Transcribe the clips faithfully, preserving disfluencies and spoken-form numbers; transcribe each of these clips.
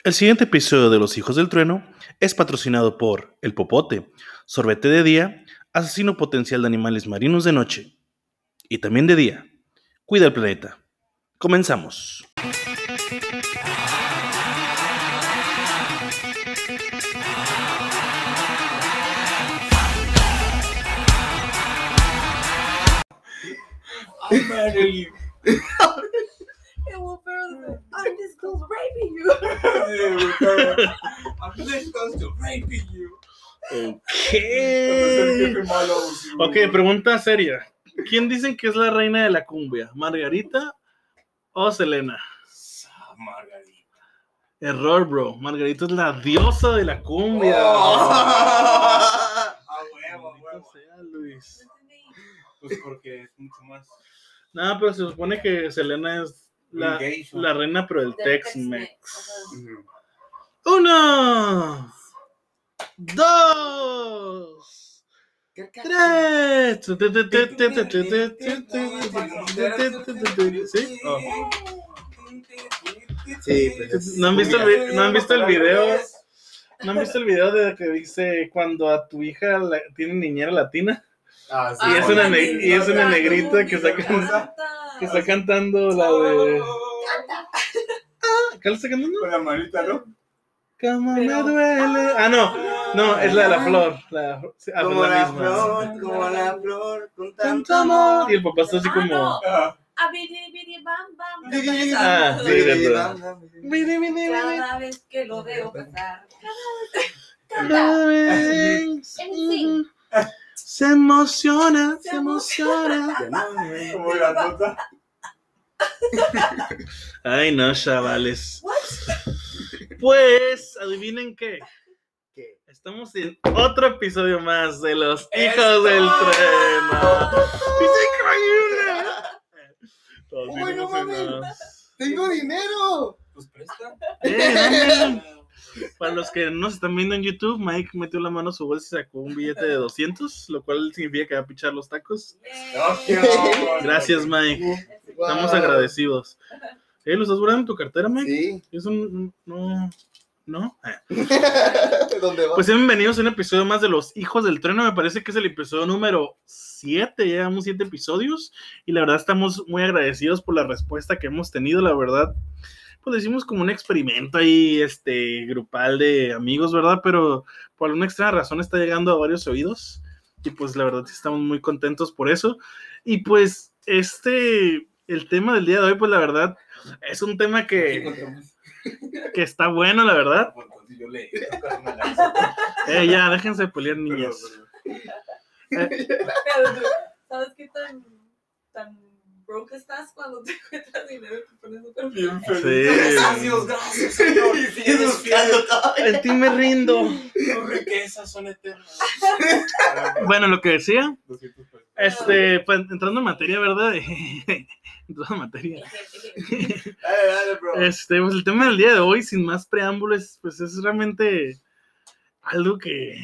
El siguiente episodio de Los Hijos del Trueno es patrocinado por El Popote, sorbete de día, asesino potencial de animales marinos de noche. Y también de día. Cuida el planeta. Comenzamos. I'm mad at you. And Will Ferrell said, I'm this close to raping you. Yeah, Will Ferrell. I'm this close to raping you. Ok. Ok, pregunta seria. ¿Quién dicen que es la reina de la cumbia? ¿Margarita o Selena? Margarita. Error, bro. Margarita es la diosa de la cumbia. Oh. A huevo, a Maldito huevo. sea, Luis. Pues porque es mucho más. No, pero se supone que Selena es la, Engagement. la reina, pero del Del Tex-Mex. Tex-Mex, Uno, dos, tres. ¿Sí? Oh. Sí, pues es ¿No han visto el, vi- ¿no han visto el video? Es- ¿No han visto el video de que dice cuando a tu hija la, tiene niñera latina? Ah, sí. Y es una ne- y es una negrita que está, can- que está cantando la de... ¿Qué le está cantando? Con la manita, ¿no? Cómo me Pero- duele. Ah, no, no, es la de la flor. La, sí, ah, Como pues la misma. flor, como la flor, con Tanto tanto amor. amor. Y el papá está así como... Ah, A bidi, bidi, bam, bam. Bidi, Ah, sí, de verdad. Bidi, Mire, mire, mire. Cada vez que lo veo pasar. Cada Cada vez. vez, Sí. se emociona, se emociona. como la tota. Ay, no, chavales. What? Pues, adivinen qué. ¿Qué? Estamos en otro episodio más de Los Hijos ¡Esto! del Trueno. ¡Es increíble! Todos bien ¡Uy, no mames! emocionados. ¡Tengo dinero! Pues presta. Eh, dame. Para los que no se están viendo en YouTube, Mike metió la mano a su bolsa y sacó un billete de doscientos, lo cual significa que va a pichar los tacos. Yay. Gracias, Mike. Estamos Wow. agradecidos. ¿Eh, ¿Lo estás guardando en tu cartera, Mike? Sí. Es un... no... ¿No? Ah. ¿Dónde va? Pues bienvenidos a un episodio más de Los Hijos del Trueno. Me parece que es el episodio número siete. Ya llevamos siete episodios. Y la verdad estamos muy agradecidos por la respuesta que hemos tenido. La verdad, pues lo hicimos como un experimento ahí, este, grupal de amigos, ¿verdad? Pero por alguna extraña razón está llegando a varios oídos. Y pues la verdad sí estamos muy contentos por eso. Y pues este, el tema del día de hoy, pues la verdad, es un tema que, que está bueno, la verdad. Yo le una lanza. Eh, ya, déjense de pelear, niñas. Eh, ¿Sabes qué tan, tan broke estás cuando te encuentras dinero y te pones súper Bien Sí. feliz. Gracias, gracias, Señor. Y sigues buscando todo. en ti me rindo. Tus riquezas son eternas. Bueno, lo que decía, doscientos pesos. este, pues, entrando en materia, ¿verdad? Entrando en materia. Dale, dale, bro. Este, pues el tema del día de hoy, sin más preámbulos, pues es realmente algo que,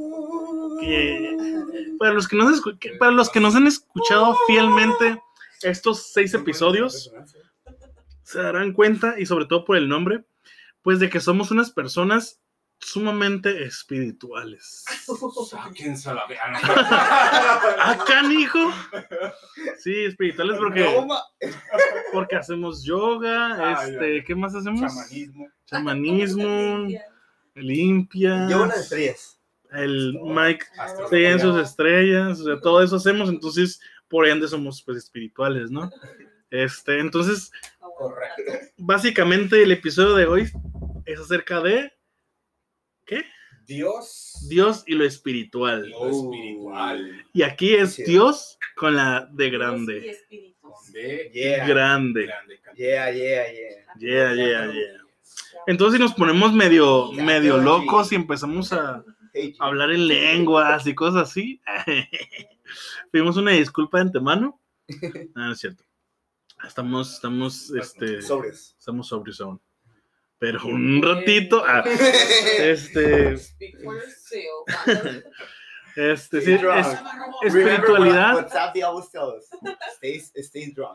que para los que nos escu- que- para los que nos han escuchado fielmente estos seis episodios, se darán cuenta, y sobre todo por el nombre, pues de que somos unas personas sumamente espirituales. Sáquense a la vean. ¡Ah, canijo! Sí, espirituales porque, Toma. porque hacemos yoga, Ah, este, ya. ¿qué más hacemos? Chamanismo. Chamanismo, limpia, Llevo las estrellas. el Mike Astrología. sigue en sus estrellas, o sea, todo eso hacemos, entonces, por ende somos pues espirituales, ¿no? Este, entonces, Correcto. básicamente el episodio de hoy es acerca de ¿qué? Dios. Dios y lo espiritual. Y lo espiritual. Y aquí es Sí. Dios con la de Y grande. espíritus. De Yeah. Grande. grande cantidad. Yeah, yeah, yeah. Yeah, yeah, yeah. Entonces si nos ponemos medio, medio locos y empezamos a Hey, G. hablar en lenguas y cosas así, pedimos una disculpa de antemano. No, no es cierto. Estamos, estamos, este, Sobres. estamos sobrios aún. Pero un ratito, ah, este, Speak for yourself. este, sí, Stay drunk. es- Remember espiritualidad. what, what Sabdi always tells us. Stay, stay drunk.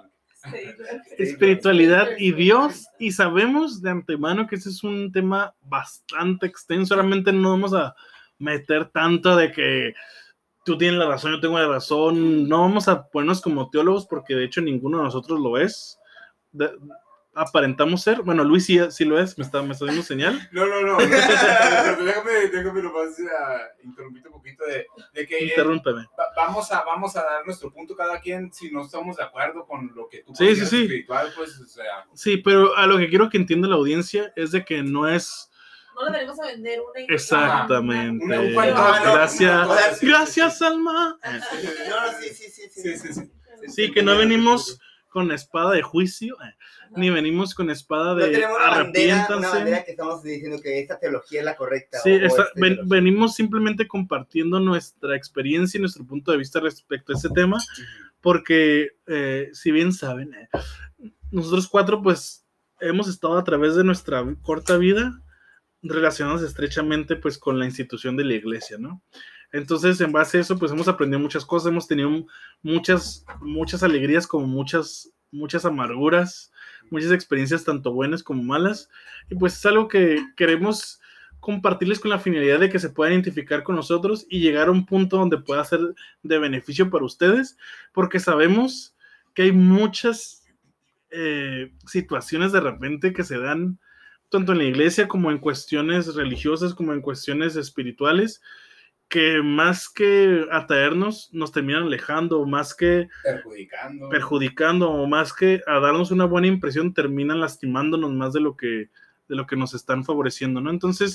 Sí, claro. espiritualidad y Dios, y sabemos de antemano que ese es un tema bastante extenso. Solamente no vamos a meter tanto de que tú tienes la razón, yo tengo la razón. No vamos a ponernos como teólogos porque de hecho ninguno de nosotros lo es. De, aparentamos ser, bueno, Luis sí, sí lo es, me está, me está dando señal. No, no, no. déjame, déjame nomás uh, interrumpir un poquito de, de que... Interrúmpeme. Va, vamos, a, vamos a dar nuestro punto cada quien si no estamos de acuerdo con lo que tú sí, consideras sí, sí. espiritual, pues, o sea... Sí, pero a lo que quiero que entienda la audiencia es de que no es... No le venimos a vender una idea. Exactamente. Una- un cuento, no, no, Gracias, no, no, gracias, Alma. No, no, sí, sí, sí, Sí, sí. sí, sí. Sí, que no venimos con espada de juicio, eh, ni venimos con espada No de tenemos una bandera, una arrepiéntanse. bandera que estamos diciendo que esta teología es la correcta. Sí, o- o esta- esta ven- ideología. venimos simplemente compartiendo nuestra experiencia y nuestro punto de vista respecto a este tema, porque eh, si bien saben, eh, nosotros cuatro pues hemos estado a través de nuestra corta vida relacionados estrechamente pues con la institución de la iglesia, ¿no? Entonces, en base a eso, pues hemos aprendido muchas cosas, hemos tenido muchas, muchas alegrías como muchas, muchas amarguras, muchas experiencias tanto buenas como malas, y pues es algo que queremos compartirles con la finalidad de que se puedan identificar con nosotros y llegar a un punto donde pueda ser de beneficio para ustedes, porque sabemos que hay muchas eh, situaciones de repente que se dan tanto en la iglesia como en cuestiones religiosas, como en cuestiones espirituales, que más que atraernos, nos terminan alejando, más que Perjudicando. perjudicando, o más que a darnos una buena impresión, terminan lastimándonos más de lo que, de lo que nos están favoreciendo, ¿no? Entonces,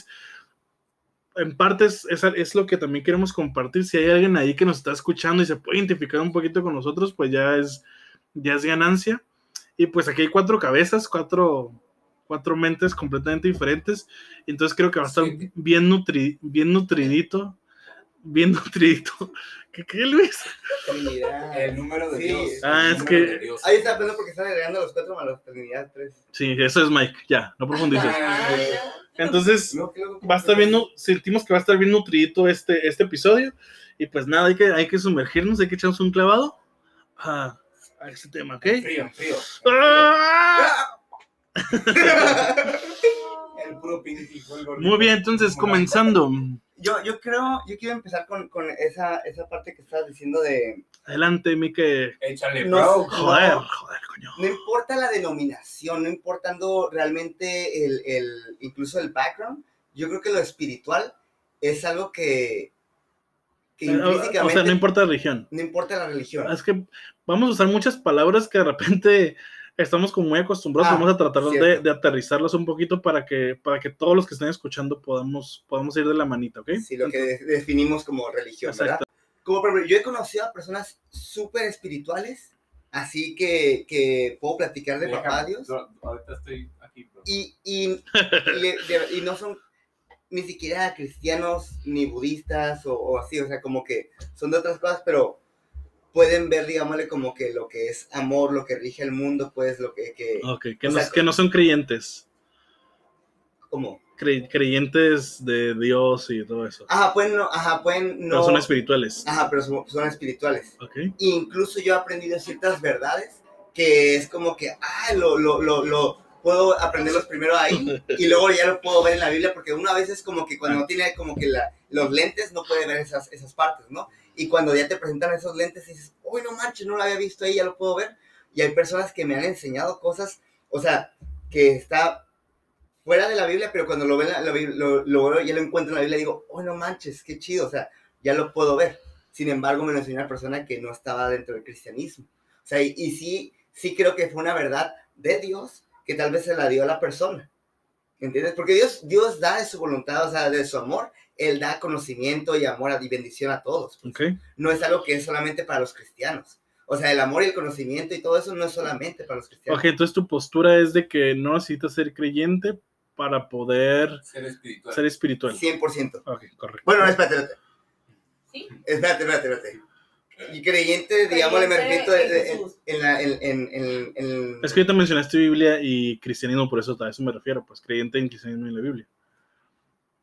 en parte es, es, es lo que también queremos compartir. Si hay alguien ahí que nos está escuchando y se puede identificar un poquito con nosotros, pues ya es, ya es ganancia. Y pues aquí hay cuatro cabezas, cuatro... cuatro mentes completamente diferentes, entonces creo que va a estar Sí. bien, nutri, bien nutridito, bien nutridito. ¿Qué, qué Luis? Trinidad. El número de Sí. Dios. Ah, el es número que- de Dios. Ahí está pensando porque están agregando los cuatro más los Trinidad tres. Sí, eso es Mike, ya, no profundices. Ah, ya. Entonces, No, qué loco. va a estar bien, nu- sentimos que va a estar bien nutridito este, este episodio, y pues nada, hay que, hay que sumergirnos, hay que echarnos un clavado a, a este tema, ¿ok? Frío, frío. ¡Ah! El puro Pinky fue el gordito. Muy bien, entonces comenzando. Yo, yo creo, yo quiero empezar con, con esa, esa parte que estabas diciendo de Adelante, Mike. Échale, No, bro. Joder, No. joder, coño. no importa la denominación, no importando realmente el, el, incluso el background, yo creo que lo espiritual es algo que, que O intrínsecamente sea, no importa la religión. no importa la religión. Es que vamos a usar muchas palabras que de repente estamos como muy acostumbrados. Ah, Vamos a tratar de, cierto. de aterrizarlas un poquito para que, para que todos los que estén escuchando podamos, podamos ir de la manita, ¿ok? Sí, lo que de- definimos como religión, ¿verdad? Exacto. Como por ejemplo, yo he conocido a personas súper espirituales, así que, que puedo platicar de papá Déjame, Dios, yo ahorita estoy aquí, bro. y, y, y, de- y no son ni siquiera cristianos ni budistas o, o así, o sea, como que son de otras cosas, pero pueden ver, digámosle, como que lo que es amor, lo que rige el mundo, pues lo que, que Ok, que o no, sea, que no son creyentes. como, Cre- creyentes de Dios y todo eso. ajá, pueden no, ajá, pueden no, Pero son espirituales. ajá, pero son, son espirituales. Ok. Incluso yo he aprendido ciertas verdades que es como que, ah, lo, lo, lo, lo puedo aprenderlos primero ahí y luego ya lo puedo ver en la Biblia, porque una vez es como que cuando no tiene como que la, los lentes no puede ver esas, esas partes, ¿no? Y cuando ya te presentan esos lentes dices, uy, no manches, no lo había visto ahí, ya lo puedo ver. Y hay personas que me han enseñado cosas, o sea, que está fuera de la Biblia, pero cuando lo ven, la, la, lo, lo veo, ya lo encuentro en la Biblia, digo, uy, no manches, qué chido, o sea, ya lo puedo ver. Sin embargo, me lo enseñó una persona que no estaba dentro del cristianismo. O sea, y, y sí, sí creo que fue una verdad de Dios que tal vez se la dio a la persona. ¿Entiendes? Porque Dios, Dios da de su voluntad, o sea, de su amor, Él da conocimiento y amor y bendición a todos. Ok. No es algo que es solamente para los cristianos. O sea, el amor y el conocimiento y todo eso no es solamente para los cristianos. Ok, entonces tu postura es de que no necesitas ser creyente para poder Ser espiritual. ser espiritual. cien por ciento. Ok, correcto. Bueno, no, espérate, espérate. ¿Sí? Espérate, espérate, espérate. Y creyente, digamos, le me Creyente refiero en de- de- en, Jesús. en la... En, en, en, en- Es que ahorita mencionaste Biblia y cristianismo, por eso a eso me refiero, pues creyente en cristianismo y en la Biblia.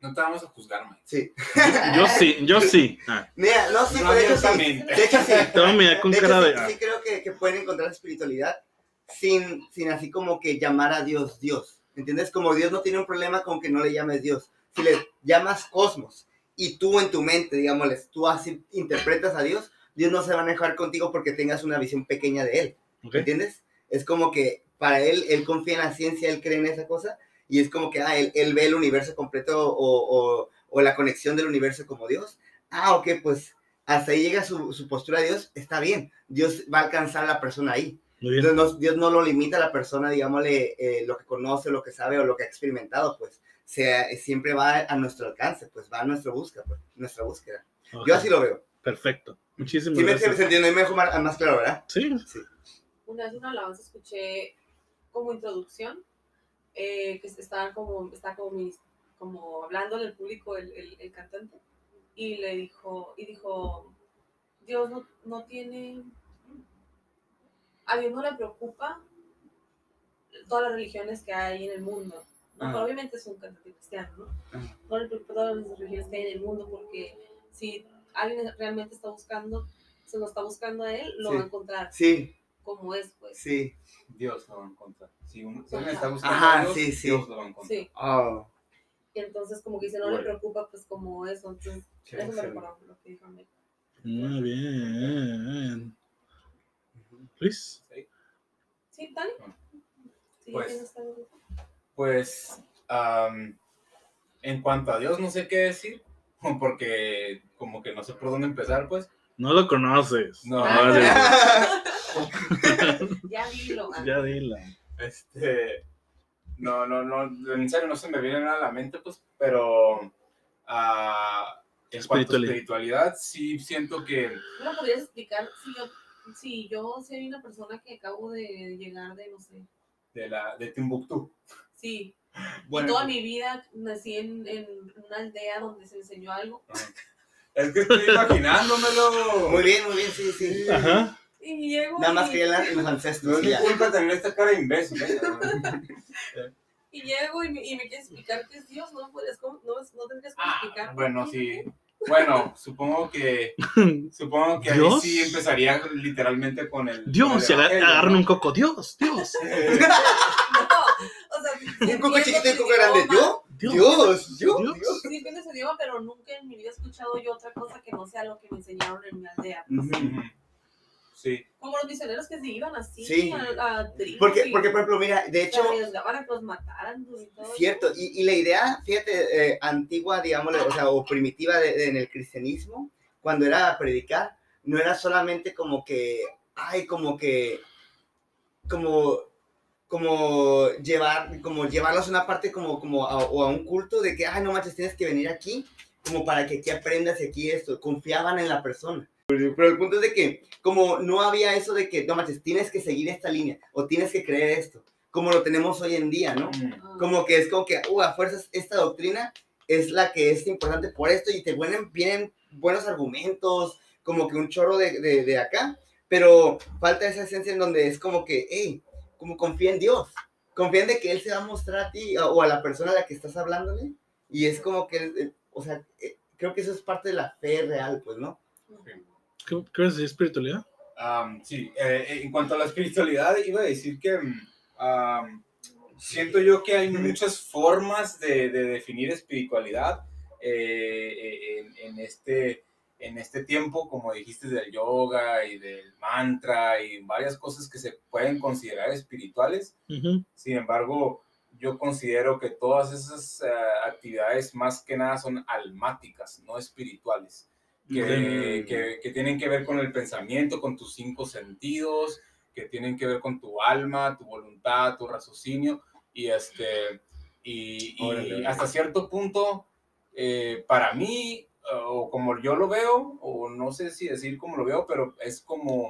No te vamos a juzgar, Mike. Sí. Yo sí, yo sí. Ah, Mira, no, sí, No, pero de hecho sí. abiertamente. De hecho sí. te voy a mirar con De hecho, cara sí, de. ah, sí creo que, que pueden encontrar espiritualidad sin, sin así como que llamar a Dios Dios. ¿Entiendes? Como Dios no tiene un problema con que no le llames Dios. Si le llamas cosmos y tú en tu mente, digámosles, tú así interpretas a Dios, Dios no se va a enojar contigo porque tengas una visión pequeña de Él. ok. ¿Entiendes? Es como que para Él, Él confía en la ciencia, Él cree en esa cosa y es como que ah, él, él ve el universo completo o, o, o la conexión del universo como Dios. Ah, ok, pues hasta ahí llega su, su postura de Dios, está bien. Dios va a alcanzar a la persona ahí. Muy bien. Entonces, no, Dios no lo limita a la persona, digámosle, eh, lo que conoce, lo que sabe o lo que ha experimentado, pues sea, siempre va a nuestro alcance, pues va a nuestra búsqueda, pues, nuestra búsqueda. Ok, Yo así lo veo. perfecto. Muchísimas Sí me gracias. se entiende, me dejo más, más claro, ¿verdad? Sí. Sí. Una vez una alabanza escuché como introducción, eh, que estaba como, estaba como, minis- como hablando al público el, el, el cantante, y le dijo, y dijo, Dios no, no tiene, a Dios no le preocupa todas las religiones que hay en el mundo, ¿no? Ajá. Pero obviamente es un cantante cristiano, ¿no? Ajá. No le preocupa todas las religiones que hay en el mundo, porque si alguien realmente está buscando, se lo está buscando a él, lo Sí. va a encontrar Sí, como es, pues. sí. Dios lo va a encontrar. Si uno si alguien está buscando Ajá, a Dios, sí, sí. Dios lo va a encontrar. Sí. Oh, Y entonces como que dice, no Bueno. le preocupa pues como eso, entonces qué eso me excelente. recordó lo que dijo Amel. Muy bien. Luis. ¿Sí? Sí, Dani. Bueno, Sí, pues. ya está bien. Pues, um, en cuanto a Dios, no sé qué decir, porque como que no sé por dónde empezar, pues. No lo conoces. No. Vale. Ya dilo. ah. Ya dila. Este, no, no, no, en serio no se me viene nada a la mente, pues, pero ah, en cuanto a Espiritualidad. espiritualidad, sí siento que ¿No lo podrías explicar si yo, si yo soy una persona que acabo de llegar de, no sé, de la de Timbuktu. sí, Bueno, y toda mi vida nací en, en una aldea donde se enseñó algo, Es que estoy imaginándomelo. muy bien, muy bien, sí, sí. Ajá. y llego Nada más y, quería la- los No ancestros. es y mi ya. culpa tener esta cara de imbécil. ¿eh? y llego y me, y me quieres explicar qué es Dios, no podrías, como- no, no tendrías que Ah, explicar. bueno, sí. Bueno, supongo que supongo que ahí ¿Dios? sí empezaría literalmente con el Dios, con el se aga- evangelio, agarran ¿no? un coco. Dios, Dios. Eh, No, o sea, sí Un coco entiendo chiquito y un su coco grande. idioma, ¿Yo? Dios. Dios, yo, Dios. Dios. sí entiendo su idioma, pero nunca en mi vida he escuchado yo otra cosa que no sea lo que me enseñaron en mi aldea. Ujú. ujú. Sí. Como los misioneros que se iban así Sí. a, a tribus Porque, y porque, por ejemplo, mira, de se hecho, arriesgaban a que los mataran y todo eso. cierto, y, y la idea, fíjate, eh, antigua, digámosle, o sea, o primitiva de, de- en el cristianismo, cuando era a predicar, no era solamente como que, ay, como que, como, como llevar, como llevarlos a una parte como, como a, o a un culto de que, ay, no manches, tienes que venir aquí, como para que aquí aprendas y aquí esto, confiaban en la persona. Pero el punto es de que, como no había eso de que, no manches, tienes que seguir esta línea, o tienes que creer esto, como lo tenemos hoy en día, ¿no? Mm. Ah. Como que es como que, uh, a fuerzas, esta doctrina es la que es importante por esto, y te vienen, vienen buenos argumentos, como que un chorro de, de, de acá, pero falta esa esencia en donde es como que, hey, como confía en Dios, confía en de que Él se va a mostrar a ti, o a la persona a la que estás hablándole, y es como que, eh, o sea, eh, creo que eso es parte de la fe real, pues, ¿no? ¿Qué qué vas a decir espiritualidad? Um, sí, eh, en cuanto a la espiritualidad, iba a decir que um, siento yo que hay muchas formas de, de definir espiritualidad eh, en, en, este, en este tiempo, como dijiste, del yoga y del mantra y varias cosas que se pueden considerar espirituales. Ujú. Sin embargo, yo considero que todas esas uh, actividades más que nada son almáticas, no espirituales. Que, Mm. que, que tienen que ver con el pensamiento, con tus cinco sentidos, que tienen que ver con tu alma, tu voluntad, tu raciocinio, y, este, y, y Órale. hasta cierto punto, eh, para mí, o como yo lo veo, o no sé si decir cómo lo veo, pero es como,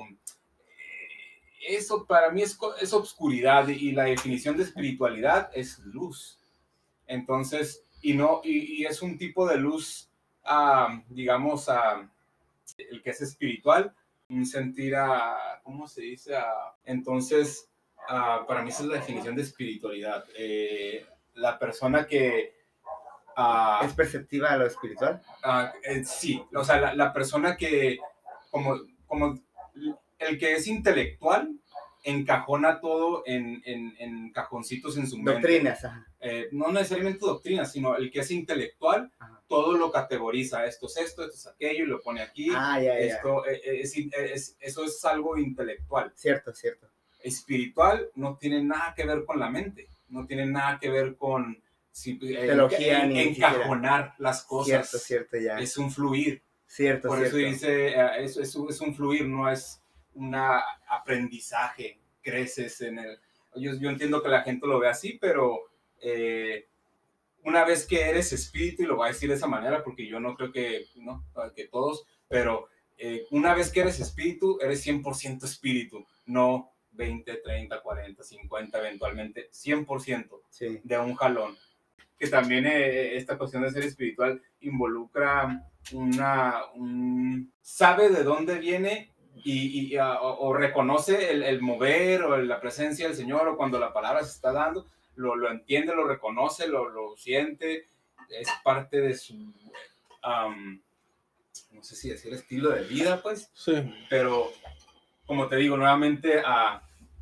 eh, eso para mí es, es obscuridad, y la definición de espiritualidad es luz. Entonces, y, no, y, y es un tipo de luz, Uh, digamos, uh, el que es espiritual, un sentir a, ¿cómo se dice? Uh, entonces, uh, para mí esa es la definición de espiritualidad. Eh, la persona que, ah, ¿Es perceptiva a lo espiritual? ah, eh, sí, o sea, la, la persona que, como, como el que es intelectual, encajona todo en, en, en cajoncitos en su mente. Doctrinas, ajá. Eh, no necesariamente doctrinas, sino el que es intelectual, Ajá. todo lo categoriza. Esto es esto, esto es aquello, y lo pone aquí. Ah, ya, ya. Esto, eh, es, es, eso es algo intelectual. Cierto, cierto. Espiritual no tiene nada que ver con la mente, no tiene nada que ver con si, eh, Teología, en, ni encajonar siquiera. las cosas. Cierto, cierto, ya. Es un fluir. Cierto, Por cierto. eso dice, eh, es, es, es un fluir, no es un aprendizaje. Creces en el... Yo, yo entiendo que la gente lo ve así, pero eh, una vez que eres espíritu, y lo voy a decir de esa manera porque yo no creo que, no, que todos, pero eh, una vez que eres espíritu, eres cien por ciento espíritu, no veinte, treinta, cuarenta, cincuenta, eventualmente cien por ciento sí. de un jalón. Que también eh, esta cuestión de ser espiritual involucra una... Un, sabe de dónde viene y, y uh, o, o reconoce el, el mover o la presencia del Señor, o cuando la palabra se está dando, lo, lo entiende, lo reconoce, lo, lo siente, es parte de su... Um, no sé si decir estilo de vida, pues. Sí. Pero, como te digo, nuevamente uh,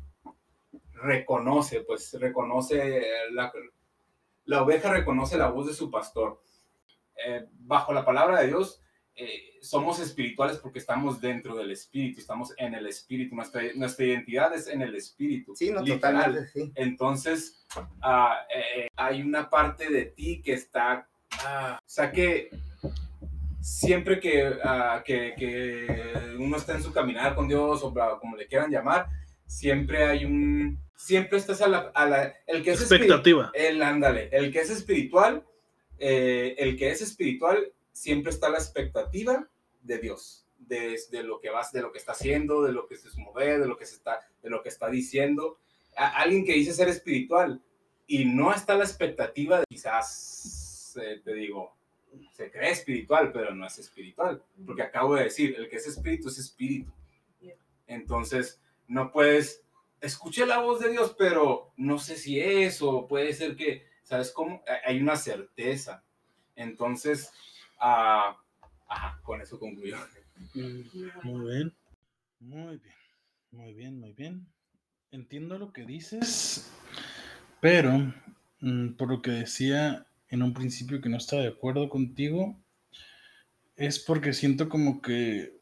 reconoce, pues, reconoce la... La oveja reconoce la voz de su pastor. Eh, bajo la palabra de Dios, eh, somos espirituales porque estamos dentro del espíritu, estamos en el espíritu. Nuestra, nuestra identidad es en el espíritu. Sí, no, literal. totalmente, sí. Entonces, uh, eh, hay una parte de ti que está... Uh, o sea, que siempre que, uh, que, que uno está en su caminar con Dios, o como le quieran llamar, siempre hay un... Siempre estás a la... A la el que es expectativa. El, ándale, el que es espiritual, eh, el que es espiritual, siempre está a la expectativa de Dios, de, de lo que vas, de lo que está haciendo, de lo que se mueve, de lo que se está, de lo que está diciendo. A, alguien que dice ser espiritual y no está a la expectativa de, quizás, eh, te digo, se cree espiritual, pero no es espiritual, porque acabo de decir, el que es espíritu es espíritu. Entonces, no puedes... Escuché la voz de Dios, pero no sé si es, o puede ser que, ¿sabes cómo? Hay una certeza. Entonces, uh, ajá, con eso concluyo. Muy bien, muy bien, muy bien, muy bien. Entiendo lo que dices, pero mmm, por lo que decía en un principio que no estaba de acuerdo contigo, es porque siento como que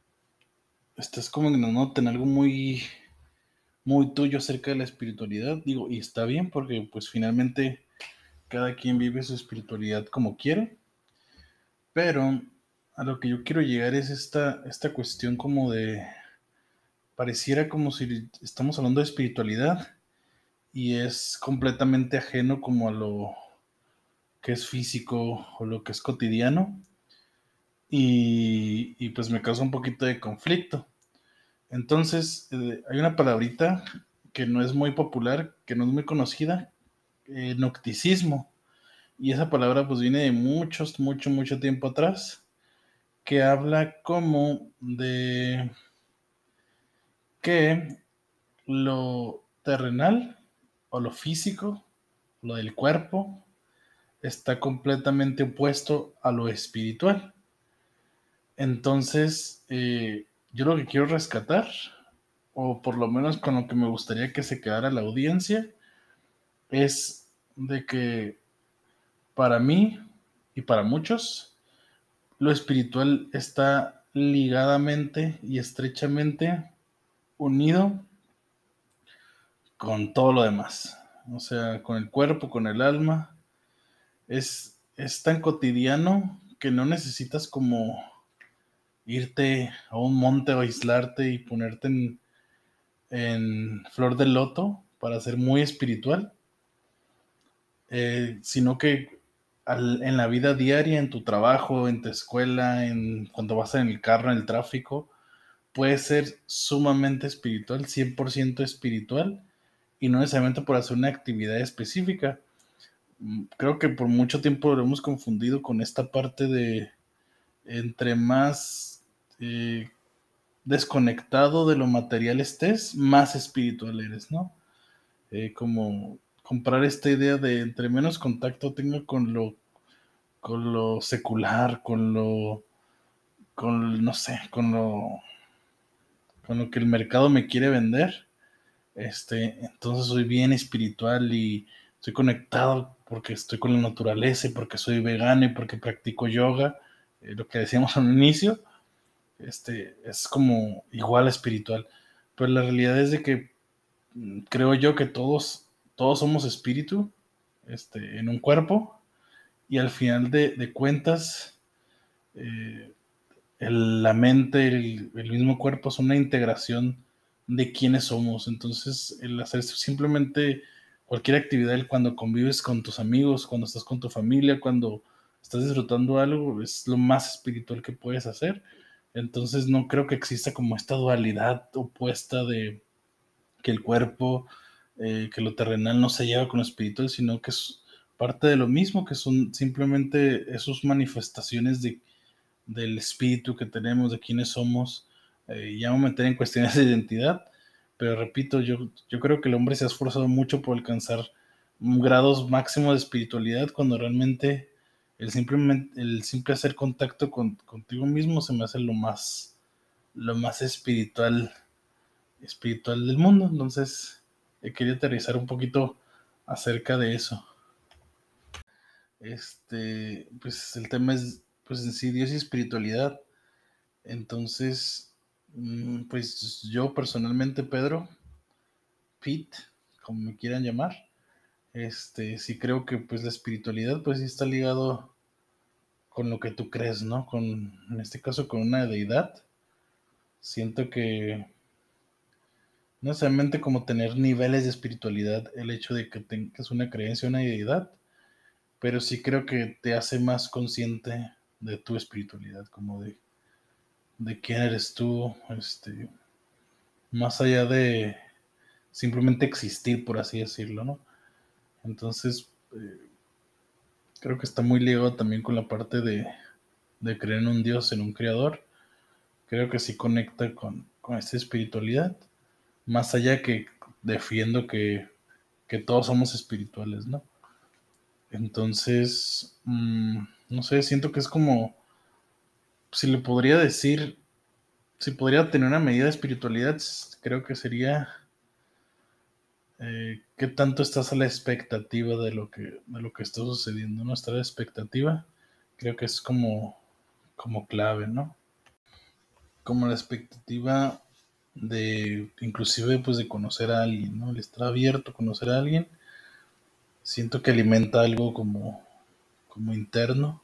estás como en nota en algo muy... muy tuyo acerca de la espiritualidad, digo, y está bien porque pues finalmente cada quien vive su espiritualidad como quiere, pero a lo que yo quiero llegar es esta, esta cuestión como de, pareciera como si estamos hablando de espiritualidad y es completamente ajeno como a lo que es físico o lo que es cotidiano, y, y pues me causa un poquito de conflicto. Entonces, eh, hay una palabrita que no es muy popular, que no es muy conocida, eh, nocticismo. Y esa palabra pues viene de muchos, mucho, mucho tiempo atrás, que habla como de que lo terrenal o lo físico, lo del cuerpo, está completamente opuesto a lo espiritual. Entonces, eh, yo lo que quiero rescatar, o por lo menos con lo que me gustaría que se quedara la audiencia, es de que para mí y para muchos, lo espiritual está ligadamente y estrechamente unido con todo lo demás. O sea, con el cuerpo, con el alma. Es, es tan cotidiano que no necesitas como irte a un monte o aislarte y ponerte en, en flor de loto para ser muy espiritual, eh, sino que al, en la vida diaria, en tu trabajo, en tu escuela, en, cuando vas en el carro, en el tráfico, puedes ser sumamente espiritual, cien por ciento espiritual, y no necesariamente por hacer una actividad específica. Creo que por mucho tiempo lo hemos confundido con esta parte de entre más eh, desconectado de lo material estés, más espiritual eres, ¿no? Eh, como comprar esta idea de entre menos contacto tengo con lo con lo secular, con lo, con, no sé, con lo, con lo que el mercado me quiere vender. Este, entonces soy bien espiritual y estoy conectado porque estoy con la naturaleza y porque soy vegano y porque practico yoga, eh, lo que decíamos al inicio, este, es como igual espiritual. Pero la realidad es de que mm, creo yo que todos, todos somos espíritu, este, en un cuerpo, y al final de, de cuentas, eh, el- la mente, el, el mismo cuerpo es una integración de quiénes somos. Entonces, el hacer simplemente cualquier actividad, el cuando convives con tus amigos, cuando estás con tu familia, cuando estás disfrutando algo, es lo más espiritual que puedes hacer. Entonces, no creo que exista como esta dualidad opuesta de que el cuerpo, eh, que lo terrenal no se lleva con lo espiritual, sino que es parte de lo mismo, que son simplemente esas manifestaciones de del espíritu que tenemos, de quiénes somos. Eh, ya me voy a meter en cuestiones de identidad, pero repito, yo, yo creo que el hombre se ha esforzado mucho por alcanzar un grados máximos de espiritualidad cuando realmente el, simplemente, el simple hacer contacto con, contigo mismo se me hace lo más, lo más espiritual, espiritual del mundo. Entonces, eh, quería aterrizar un poquito acerca de eso. Este, pues el tema es, pues en sí, Dios y espiritualidad. Entonces, mm, pues yo personalmente, Pedro, Pete, como me quieran llamar, este, sí creo que pues la espiritualidad pues sí está ligado con lo que tú crees, ¿no? Con, en este caso, con una deidad. Siento que no necesariamente como tener niveles de espiritualidad, el hecho de que tengas una creencia en una deidad, pero sí creo que te hace más consciente de tu espiritualidad, como de, de quién eres tú, este, más allá de simplemente existir, por así decirlo, ¿no? Entonces, eh, creo que está muy ligado también con la parte de, de creer en un Dios, en un creador. Creo que sí conecta con, con esta espiritualidad, más allá que defiendo que, que todos somos espirituales, ¿no? Entonces, mmm, no sé, siento que es como, si le podría decir, si podría tener una medida de espiritualidad, creo que sería eh, qué tanto estás a la expectativa de lo que, de lo que está sucediendo, ¿no? Estar a la expectativa, creo que es como, como clave, ¿no? Como la expectativa de, inclusive, pues de conocer a alguien, ¿no? El estar abierto a conocer a alguien, siento que alimenta algo como, como interno,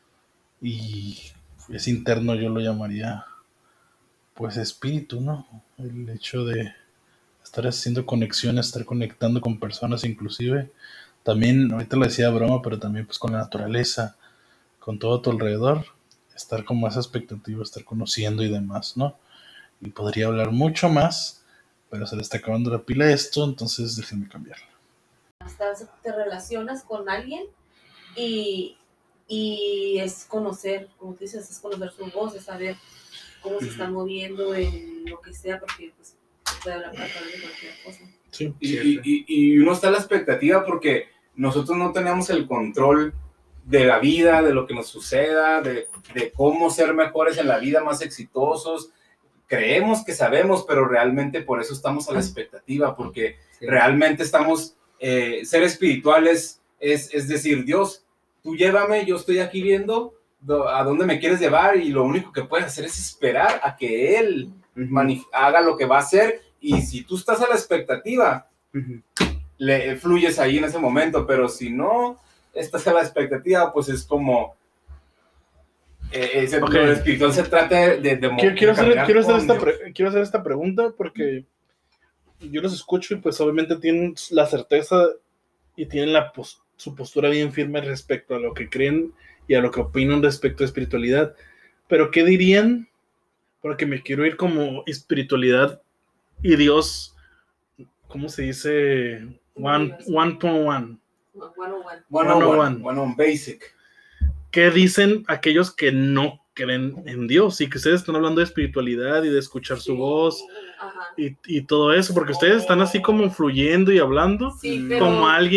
y ese interno yo lo llamaría, pues, espíritu, ¿no? El hecho de estar haciendo conexiones, estar conectando con personas, inclusive también, ahorita lo decía broma, pero también pues con la naturaleza, con todo a tu alrededor, estar como esa expectativa, estar conociendo y demás, ¿no? Y podría hablar mucho más, pero se le está acabando la pila a esto, entonces déjenme cambiarla. Estás, te relacionas con alguien y, y es conocer, como tú dices, es conocer su voz, es saber cómo se está moviendo en lo que sea, porque pues puede hablar para de cualquier cosa. Sí, y, y, y uno está a la expectativa porque nosotros no tenemos el control de la vida, de lo que nos suceda, de, de cómo ser mejores en la vida, más exitosos. Creemos que sabemos, pero realmente por eso estamos a la expectativa, porque sí. realmente estamos, eh, ser espirituales es, es decir, Dios, tú llévame, yo estoy aquí viendo a dónde me quieres llevar, y lo único que puedes hacer es esperar a que Él uh-huh. haga lo que va a hacer, y si tú estás a la expectativa, uh-huh. le fluyes ahí en ese momento, pero si no estás a la expectativa, pues es como... Eh, ese okay. Lo espiritual se trata de... de, de quiero, quiero, hacer, quiero, hacer esta pre, quiero hacer esta pregunta porque yo los escucho y pues obviamente tienen la certeza y tienen la pos, su postura bien firme respecto a lo que creen y a lo que opinan respecto a espiritualidad, pero ¿qué dirían? Porque me quiero ir como espiritualidad y Dios, ¿cómo se dice? One, one point one. one oh one. one oh one. one oh one basic. ¿Qué dicen aquellos que no creen en Dios y que ustedes están hablando de espiritualidad y de escuchar su voz y, y todo eso? Porque ustedes están así como fluyendo y hablando sí, pero... como alguien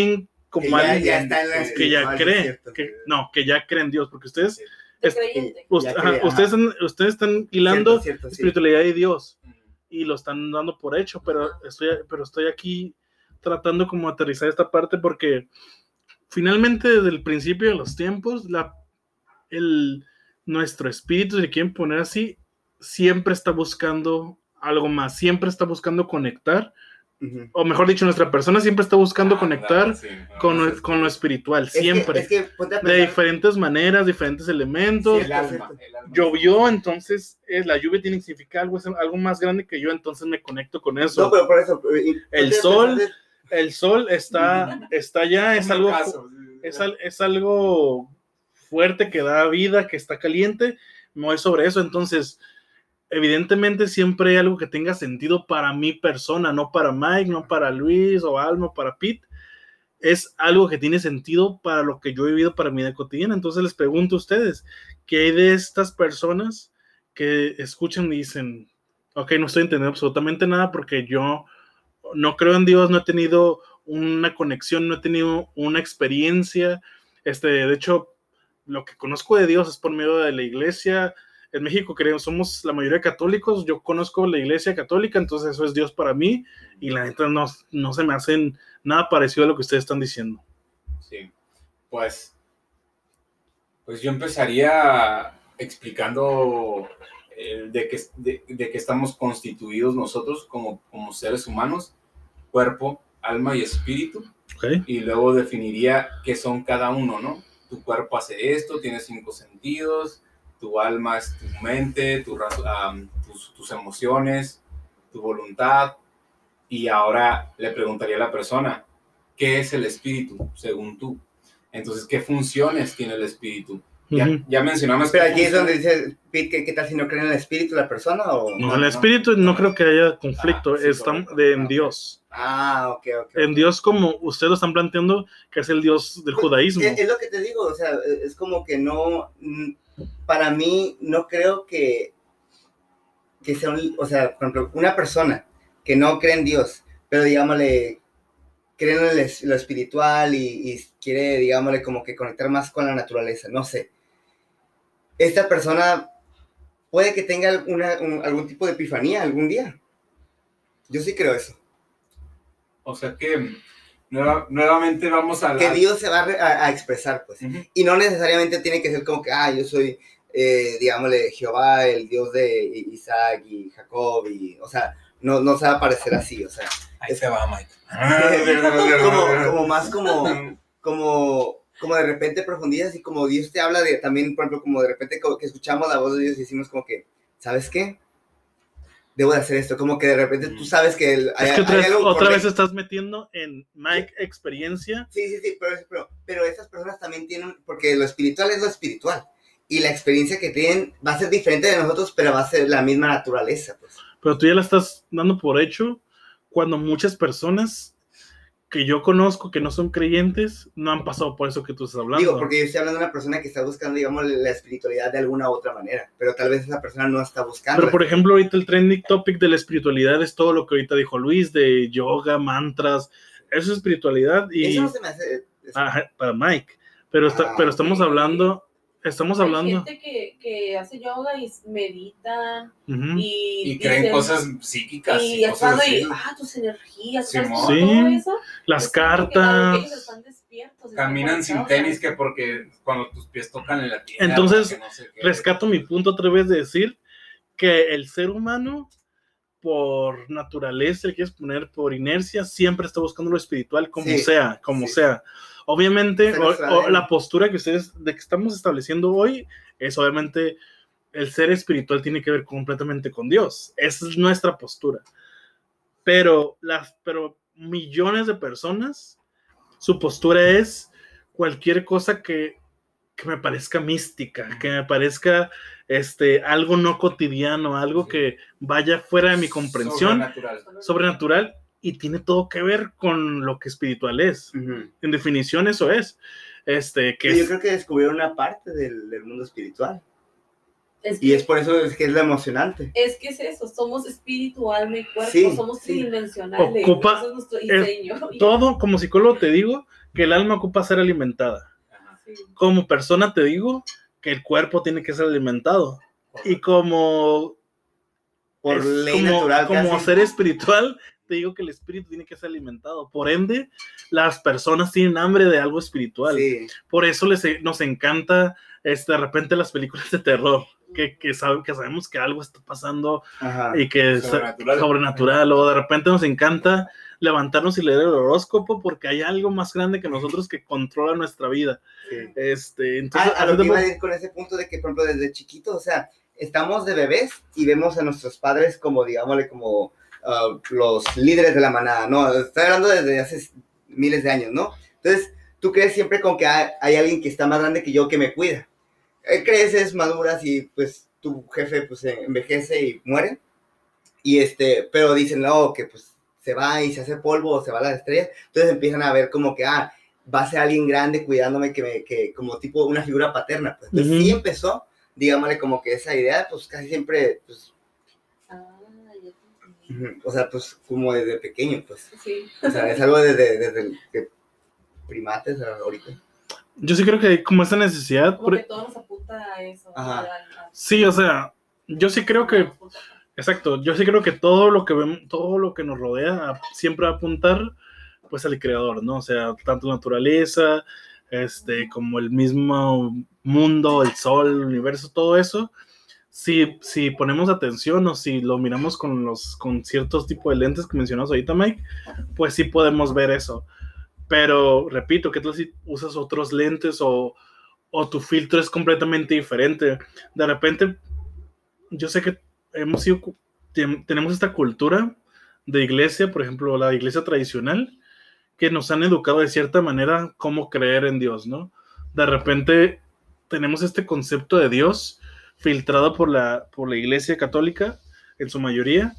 como Que ya, alguien ya está en la que que ya espiritual, cree, es cierto. que, no, que ya cree en Dios, porque ustedes, De es- creyente. us- Ya ajá, cree, ajá. ustedes, están, ustedes están hilando Cierto, cierto, sí. espiritualidad y Dios, Mm. y lo están dando por hecho, pero Ajá. estoy, pero estoy aquí tratando como aterrizar esta parte porque finalmente desde el principio de los tiempos, la, el, nuestro espíritu, si le quieren poner así, siempre está buscando algo más, siempre está buscando conectar, Ujú. o mejor dicho, nuestra persona siempre está buscando Ah, conectar claro, sí. con, No, lo- es con lo que- espiritual, Es que- siempre, Es que, ponte a de pensar, diferentes maneras, diferentes elementos. el alma, el alma. Llovió, entonces es, la lluvia tiene que significar algo, es algo más grande que yo, entonces me conecto con eso. no, pero por eso. y- ponte El a pensar sol de- El sol está, está ya, es Un algo, ocaso, es, al- es algo fuerte que da vida, que está caliente, me voy sobre eso, entonces evidentemente siempre hay algo que tenga sentido para mi persona, no para Mike, no para Luis o Alma, o para Pete, es algo que tiene sentido para lo que yo he vivido para mi vida cotidiana. Entonces les pregunto a ustedes, ¿qué hay de estas personas que escuchan y dicen, ok, no estoy entendiendo absolutamente nada porque yo no creo en Dios, no he tenido una conexión, no he tenido una experiencia, este, de hecho, lo que conozco de Dios es por medio de la iglesia. En México creo, somos la mayoría católicos, yo conozco la iglesia católica, entonces eso es Dios para mí, y la neta no, no se me hacen nada parecido a lo que ustedes están diciendo. Sí, pues, pues yo empezaría explicando eh, de, que, de, de que estamos constituidos nosotros como, como seres humanos, cuerpo, alma y espíritu, ¿Okay? y luego definiría qué son cada uno, ¿no? Tu cuerpo hace esto, tiene cinco sentidos, tu alma es tu mente, tu, um, tus, tus emociones, tu voluntad, y ahora le preguntaría a la persona, ¿qué es el espíritu, según tú? Entonces, ¿qué funciones tiene el espíritu? Ya, Uh-huh. ya mencionamos. Pero aquí es donde dice Pete, ¿qué, ¿qué tal si no creen en el espíritu de la persona? O... No, el espíritu no, no creo que haya conflicto, Ah, sí, están correcto. de, en Ah, okay. Dios. Ah, ok, ok. En Dios como ustedes lo están planteando, que es el Dios del Pues, judaísmo. Es, es lo que te digo, o sea, es como que no, para mí no creo que, que sea, un, o sea, por ejemplo, una persona que no cree en Dios, pero digámosle, cree en el, lo espiritual y, y quiere, digámosle, como que conectar más con la naturaleza, no sé. Esta persona puede que tenga una, un, algún tipo de epifanía algún día. Yo sí creo eso. O sea que nueva, nuevamente vamos a... Que Dios se va a, a expresar, pues. Uh-huh. Y no necesariamente tiene que ser como que, ah, yo soy, eh, digámosle, Jehová, el Dios de Isaac y Jacob, y, o sea, no, no se va a parecer así, o sea. Ahí se va, Mike. como, como más como, como, como de repente profundizas y como Dios te habla de, también, por ejemplo, como de repente que escuchamos la voz de Dios y decimos como que, ¿sabes qué? Debo de hacer esto, como que de repente tú sabes que el, hay, es que otra, hay vez, otra vez estás metiendo en Mike sí. experiencia. Sí, sí, sí, pero, pero, pero esas personas también tienen, porque lo espiritual es lo espiritual, y la experiencia que tienen va a ser diferente de nosotros, pero va a ser la misma naturaleza, pues. Pero tú ya la estás dando por hecho cuando muchas personas que yo conozco que no son creyentes no han pasado por eso que tú estás hablando. Digo, porque yo estoy hablando de una persona que está buscando, digamos, la espiritualidad de alguna otra manera, pero tal vez esa persona no está buscando. Pero, por ejemplo, ahorita el trending topic de la espiritualidad es todo lo que ahorita dijo Luis, de yoga, mantras, eso es espiritualidad. Y eso no se me hace... Ajá, para Mike, pero, está, ah, pero estamos sí. hablando... Estamos Hay hablando. gente que, que hace yoga y medita uh-huh. y, y creen dicen, cosas psíquicas. Y, y cosas y, ah, tus energías, sí, todo eso. Las es cartas. Ellos están despiertos. Caminan sin tenis que porque cuando tus pies tocan en la tierra. Entonces, no sé rescato mi punto otra vez de decir que el ser humano, por naturaleza, le quieres poner por inercia, siempre está buscando lo espiritual, como sí, sea, como sí. sea. Obviamente, o, o, la postura que ustedes, de que estamos estableciendo hoy, es obviamente el ser espiritual tiene que ver completamente con Dios. Esa es nuestra postura. Pero, las, pero millones de personas, su postura es cualquier cosa que, que me parezca mística, que me parezca este, algo no cotidiano, algo sí. que vaya fuera de mi comprensión. Sobrenatural. Sobrenatural. Y tiene todo que ver con lo que espiritual es. Uh-huh. En definición, eso es. Este, que yo es... creo que descubrieron una parte del, del mundo espiritual. Es Y que, es por eso es que es lo emocionante. es que es eso, somos espíritu, alma y cuerpo, Sí, somos sí. tridimensionales. Ocupa- Eso es nuestro diseño. Todo, como psicólogo te digo que el alma ocupa ser alimentada. Ajá. Sí. Como persona te digo que el cuerpo tiene que ser alimentado. Y como, Por es ley como, natural como casi. ser espiritual, te digo que el espíritu tiene que ser alimentado. Por ende, las personas tienen hambre de algo espiritual. Sí. Por eso les, nos encanta este, de repente las películas de terror, que, que, sabe, que sabemos que algo está pasando Ajá. y que es Sobrenatural. sobrenatural, o de repente nos encanta levantarnos y leer el horóscopo porque hay algo más grande que nosotros que controla nuestra vida. Sí. Este, Ah, entonces, a lo que iba a ir con ese punto de que, por ejemplo, desde chiquito, o sea, estamos de bebés y vemos a nuestros padres como, digámosle, como uh, los líderes de la manada, ¿no? Estoy hablando desde hace miles de años, ¿no? Entonces, tú crees siempre con que hay, hay alguien que está más grande que yo que me cuida. Eh, creces, maduras y pues tu jefe pues envejece y muere. Y este, pero dicen, no, que pues se va y se hace polvo o se va a las estrellas. Entonces empiezan a ver como que, ah, va a ser alguien grande cuidándome, que, me, que como tipo una figura paterna. Pues. Entonces Ujú. sí empezó, digámosle como que esa idea, pues casi siempre, pues, Ah, ya te entendí. ujú, o sea, pues como desde pequeño, pues. Sí. O sea, es algo desde, desde el que primates a ahorita. yo sí creo que hay como esta necesidad. Como que por- todo nos apunta a eso. Ajá. a- a- sí, o sea, yo sí creo que, exacto, yo sí creo que todo lo que vemos, todo lo que nos rodea siempre va a apuntar pues al creador, ¿no? O sea, tanto la naturaleza, este, como el mismo mundo, el sol, el universo, todo eso. Si, si ponemos atención o si lo miramos con los con ciertos tipos de lentes que mencionamos ahorita, Mike, pues sí podemos ver eso. Pero repito, ¿qué tal si usas otros lentes o, o tu filtro es completamente diferente? De repente, yo sé que hemos sido, ten- tenemos esta cultura de iglesia, por ejemplo, la iglesia tradicional, que nos han educado de cierta manera cómo creer en Dios, ¿no? De repente tenemos este concepto de Dios filtrado por la, por la iglesia católica, en su mayoría,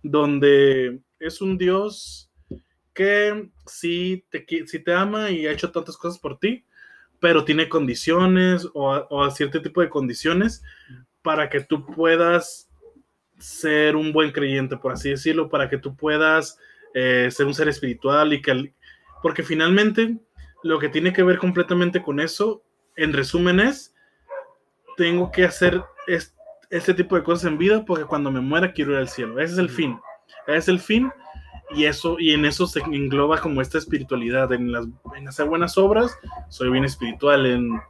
donde es un Dios que sí te, qui- sí te ama y ha hecho tantas cosas por ti, pero tiene condiciones o, a- o a cierto tipo de condiciones para que tú puedas ser un buen creyente, por así decirlo, para que tú puedas eh, ser un ser espiritual y que, al- porque finalmente lo que tiene que ver completamente con eso, en resumen es, tengo que hacer es- este tipo de cosas en vida porque cuando me muera quiero ir al cielo. Ese es el fin. Ese es el fin y eso y en eso se engloba como esta espiritualidad en las en hacer buenas obras. Soy bien espiritual en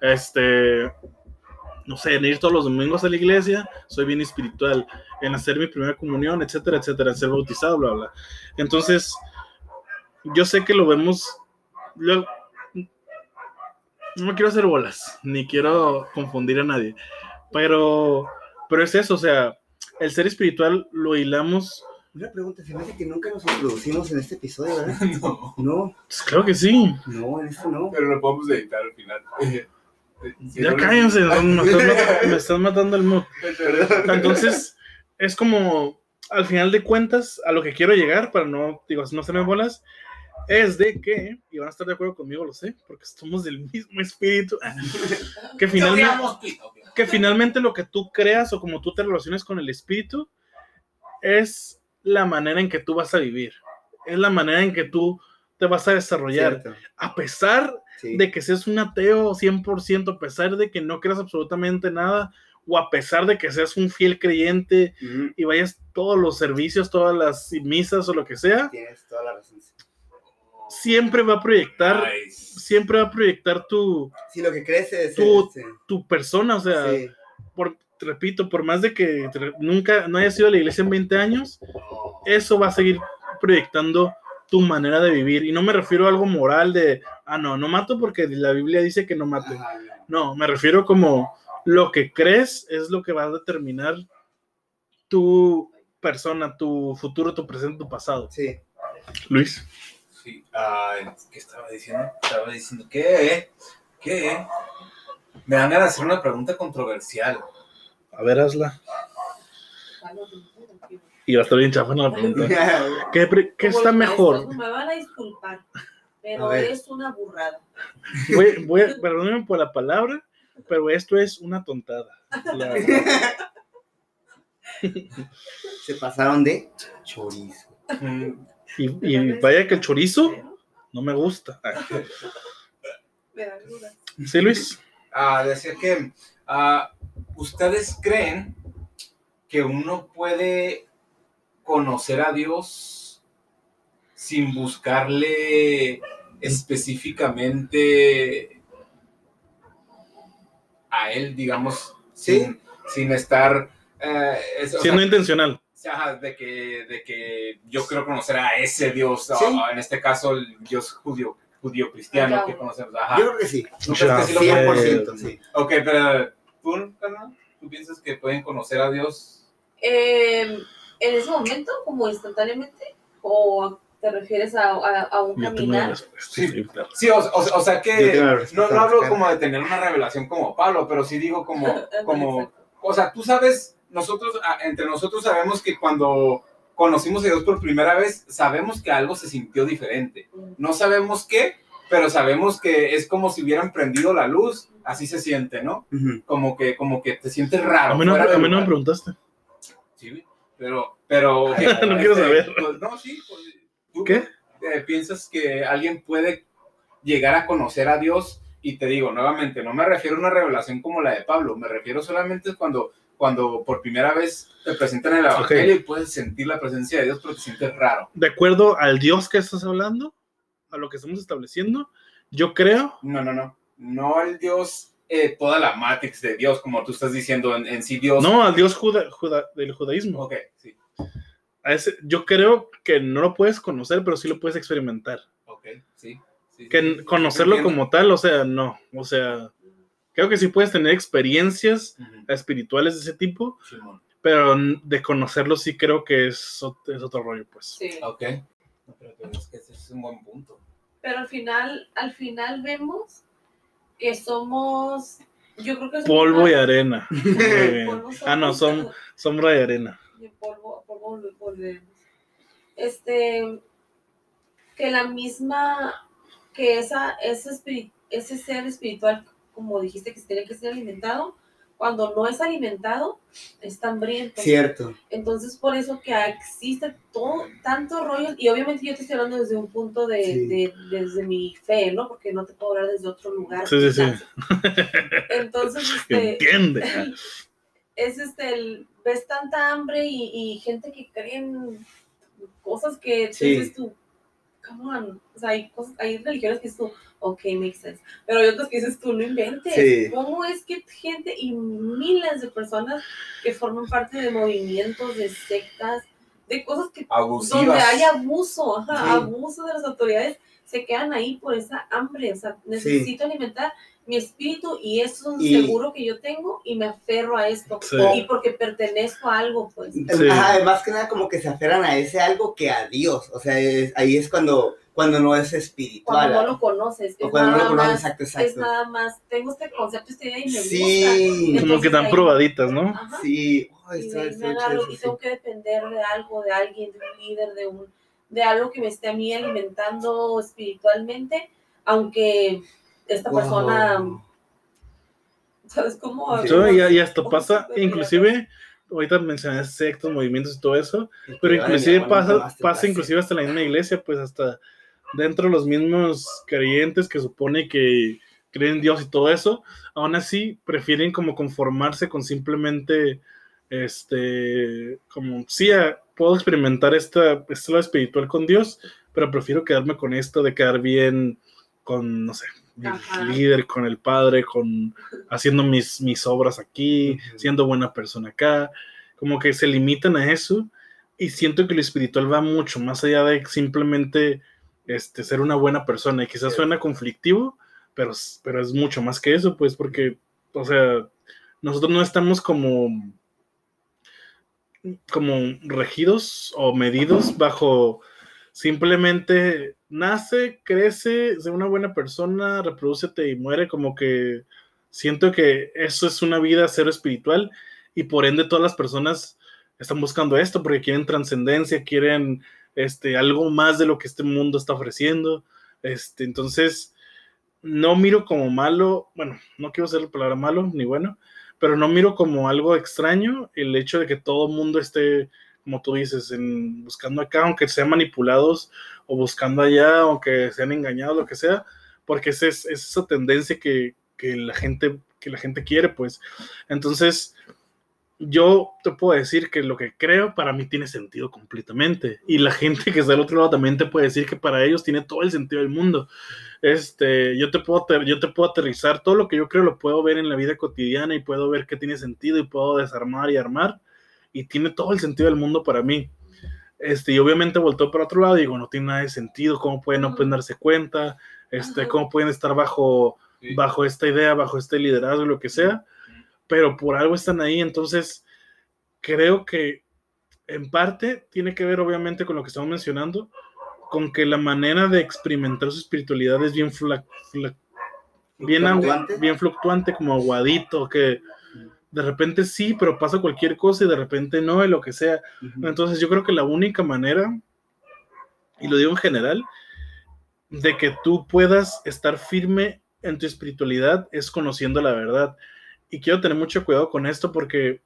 este no sé, en ir todos los domingos a la iglesia, soy bien espiritual, en hacer mi primera comunión, etcétera, etcétera, en ser bautizado, bla, bla. Entonces, yo sé que lo vemos, lo, no me quiero hacer bolas, ni quiero confundir a nadie, pero, pero es eso, o sea, el ser espiritual lo hilamos. Una pregunta, se me hace que nunca nos introducimos en este episodio, ¿verdad? No, No, Pues claro que sí. no, en este no. pero lo podemos editar al final. Si Ya no les- cállense, no, me, están, mat- me están matando el mood. Entonces, es como, al final de cuentas, a lo que quiero llegar, para no, digo, no hacerme bolas, es de que, y van a estar de acuerdo conmigo, lo sé, porque somos del mismo espíritu, que finalmente, Teoríamos, pito. que finalmente lo que tú creas o como tú te relaciones con el espíritu es la manera en que tú vas a vivir, es la manera en que tú te vas a desarrollar, Cierto, a pesar sí. de que seas un ateo cien por ciento, a pesar de que no creas absolutamente nada, o a pesar de que seas un fiel creyente Ujú, y vayas todos los servicios, todas las misas o lo que sea, tienes toda la razón. siempre va a proyectar, Nice. siempre va a proyectar tu, Sí, lo que crece es... Tú- este, tu persona, o sea, sí. por, repito, por más de que te- nunca no hayas ido a la iglesia en veinte años, eso va a seguir proyectando tu manera de vivir. Y no me refiero a algo moral de, ah, no, no mato porque la Biblia dice que no mate. Ajá, no. No, me refiero como lo que crees es lo que va a determinar tu persona, tu futuro, tu presente, tu pasado. Sí. Luis. Sí, ah, ¿qué estaba diciendo? Estaba diciendo que, que me dan ganas de hacer una pregunta controversial. A ver, hazla. Y va a estar bien chafa la pregunta. ¿Qué, pre- qué Como está los mejor? maestros, Me van a disculpar, A pero ver. es una burrada. Voy, voy a, perdónenme por la palabra, pero esto es una tontada. La verdad. Se pasaron de chorizo. Mm, Y, y vaya que el chorizo no me gusta. Ah, Me da dudas. ¿sí, Luis? ah, decía que ah, ¿ustedes creen que uno puede conocer a Dios sin buscarle específicamente a Él, digamos, Sí. sin, sin estar... eh, es- o Siendo sea, intencional. ajá, de que, de que yo quiero conocer a ese Dios, Sí. o, en este caso el Dios judío, judío cristiano Ajá. que conocemos. Ajá. Yo creo que sí. ¿Tú crees que sí lo Ya, cien por pueden? ciento, sí. Ok, pero ¿tú, carnal? ¿Tú piensas que pueden conocer a Dios? Eh, en ese momento, como instantáneamente, o te refieres a, a, a un Yo tengo la caminar. respuesta. Sí. Sí, claro. Sí, o, o- o sea Yo tengo que la no, respuesta no hablo más como de tener una revelación como Pablo, pero sí digo como, como Exacto. o sea, tú sabes, nosotros, a- entre nosotros sabemos que cuando conocimos a Dios por primera vez, sabemos que algo se sintió diferente. No sabemos qué, pero sabemos que es como si hubieran prendido la luz, así se siente, ¿no? Ujú. Como que, como que te sientes raro. A mí no, fuera de a mí no me lugar. preguntaste. Sí, güey, pero, pero... No quiero saber. Pues, no, sí. Pues, ¿tú ¿Qué? eh, piensas que alguien puede llegar a conocer a Dios? Y te digo, nuevamente, no me refiero a una revelación como la de Pablo, me refiero solamente cuando, cuando por primera vez te presentan el Evangelio y puedes sentir la presencia de Dios, pero te sientes raro. De acuerdo al Dios que estás hablando, a lo que estamos estableciendo, yo creo. No, no, no. No el Dios, eh, toda la matrix de Dios, como tú estás diciendo, en, en sí Dios. No, al Dios juda, juda- del judaísmo. Ok, sí. A ese, yo creo que no lo puedes conocer, pero sí lo puedes experimentar. Ok, sí. sí, Que sí, sí, conocerlo entiendo. como tal, o sea, no. O sea, creo que sí puedes tener experiencias Ujú, espirituales de ese tipo, Simón. pero de conocerlo sí creo que es, ot- es otro rollo, pues. Sí. Ok. No, pero, pero es que ese es un buen punto. Pero al final, al final vemos que somos, yo creo que somos Polvo y más- arena. Muy bien. polvo Ah, no, somos- son sombra y arena. de polvo, polvo lo volvemos. Este, que la misma, que esa, ese, espiri- ese ser espiritual, como dijiste, que se tiene que ser alimentado, cuando no es alimentado, está hambriento. Cierto. Entonces, por eso que existe todo, tanto rollo, y obviamente yo te estoy hablando desde un punto de, Sí. de- desde mi fe, ¿no? Porque no te puedo hablar desde otro lugar. Sí, sí, sí. quizás. Entonces, este, Entiende. es este, el- ves tanta hambre y, y gente que cree en cosas que tú Sí. dices tú, come on, o sea, hay, cosas, hay religiones que dices tú, ok, makes sense, pero hay otras que dices tú, no inventes, Sí. ¿cómo es que gente y miles de personas que forman parte de movimientos, de sectas, de cosas que Abusivas. donde hay abuso, ajá, Sí. abuso de las autoridades, se quedan ahí por esa hambre, o sea, necesito alimentar mi espíritu y eso es un Y- seguro que yo tengo y me aferro a esto, Sí. y porque pertenezco a algo, pues. Sí. Ajá, más que nada como que se aferran a ese algo que a Dios. O sea, es- ahí es cuando, cuando no es espiritual. Cuando no lo conoces, o es cuando no nada lo conoces, más, exacto, es exacto. nada más, tengo este concepto, esta idea y me Sí. gusta. Como que tan ahí- probaditas, ¿no? Ajá. Sí. Oh, Y está- de ahí está me chido agarro eso, y sí. tengo que depender de algo, de alguien, de un líder, de un de algo que me esté a mí alimentando espiritualmente, aunque esta Wow. persona, ¿sabes cómo? Sí. So, y, y hasta Somos pasa, súper inclusive, ahorita mencioné sectas, movimientos y todo eso, Y que pero vale, inclusive mi abuelo, pasa, nunca más te pasa pase. inclusive hasta la misma iglesia, pues hasta dentro de los mismos creyentes que supone que creen en Dios y todo eso, aún así prefieren como conformarse con simplemente, este, como, sí, ah, puedo experimentar esta, este lado espiritual con Dios, pero prefiero quedarme con esto de quedar bien con, no sé, mi Ajá. líder, con el padre, con haciendo mis, mis obras aquí, Ujú. siendo buena persona acá, como que se limitan a eso, y siento que lo espiritual va mucho más allá de simplemente este, ser una buena persona, y quizás Sí. suena conflictivo, pero, pero es mucho más que eso, pues, porque, o sea, nosotros no estamos como como regidos o medidos bajo simplemente nace, crece, es una buena persona, reprodúcete y muere, como que siento que eso es una vida cero espiritual y por ende todas las personas están buscando esto porque quieren trascendencia, quieren este, algo más de lo que este mundo está ofreciendo, este, entonces no miro como malo, bueno, no quiero usar la palabra malo ni bueno, pero no miro como algo extraño el hecho de que todo el mundo esté, como tú dices, en, buscando acá, aunque sean manipulados o buscando allá, aunque sean engañados, lo que sea, porque esa es, es esa tendencia que, que, la gente, que la gente quiere, pues. Entonces, yo te puedo decir que lo que creo para mí tiene sentido completamente, y la gente que está del otro lado también te puede decir que para ellos tiene todo el sentido del mundo. Este, yo te puedo ter- yo te puedo aterrizar todo lo que yo creo, lo puedo ver en la vida cotidiana y puedo ver que tiene sentido y puedo desarmar y armar y tiene todo el sentido del mundo para mí. Este, y obviamente volteo para otro lado y digo, no tiene nada de sentido, cómo pueden no pueden darse cuenta, este, cómo pueden estar bajo, Sí. bajo esta idea, bajo este liderazgo, lo que sea, pero por algo están ahí. Entonces creo que en parte tiene que ver obviamente con lo que estamos mencionando, con que la manera de experimentar su espiritualidad es bien fla- fla- bien, agu- ¿Fluctuante? bien fluctuante, como aguadito, que de repente sí, pero pasa cualquier cosa y de repente no, y lo que sea. Ujú. Entonces yo creo que la única manera, y lo digo en general, de que tú puedas estar firme en tu espiritualidad es conociendo la verdad. Y quiero tener mucho cuidado con esto porque,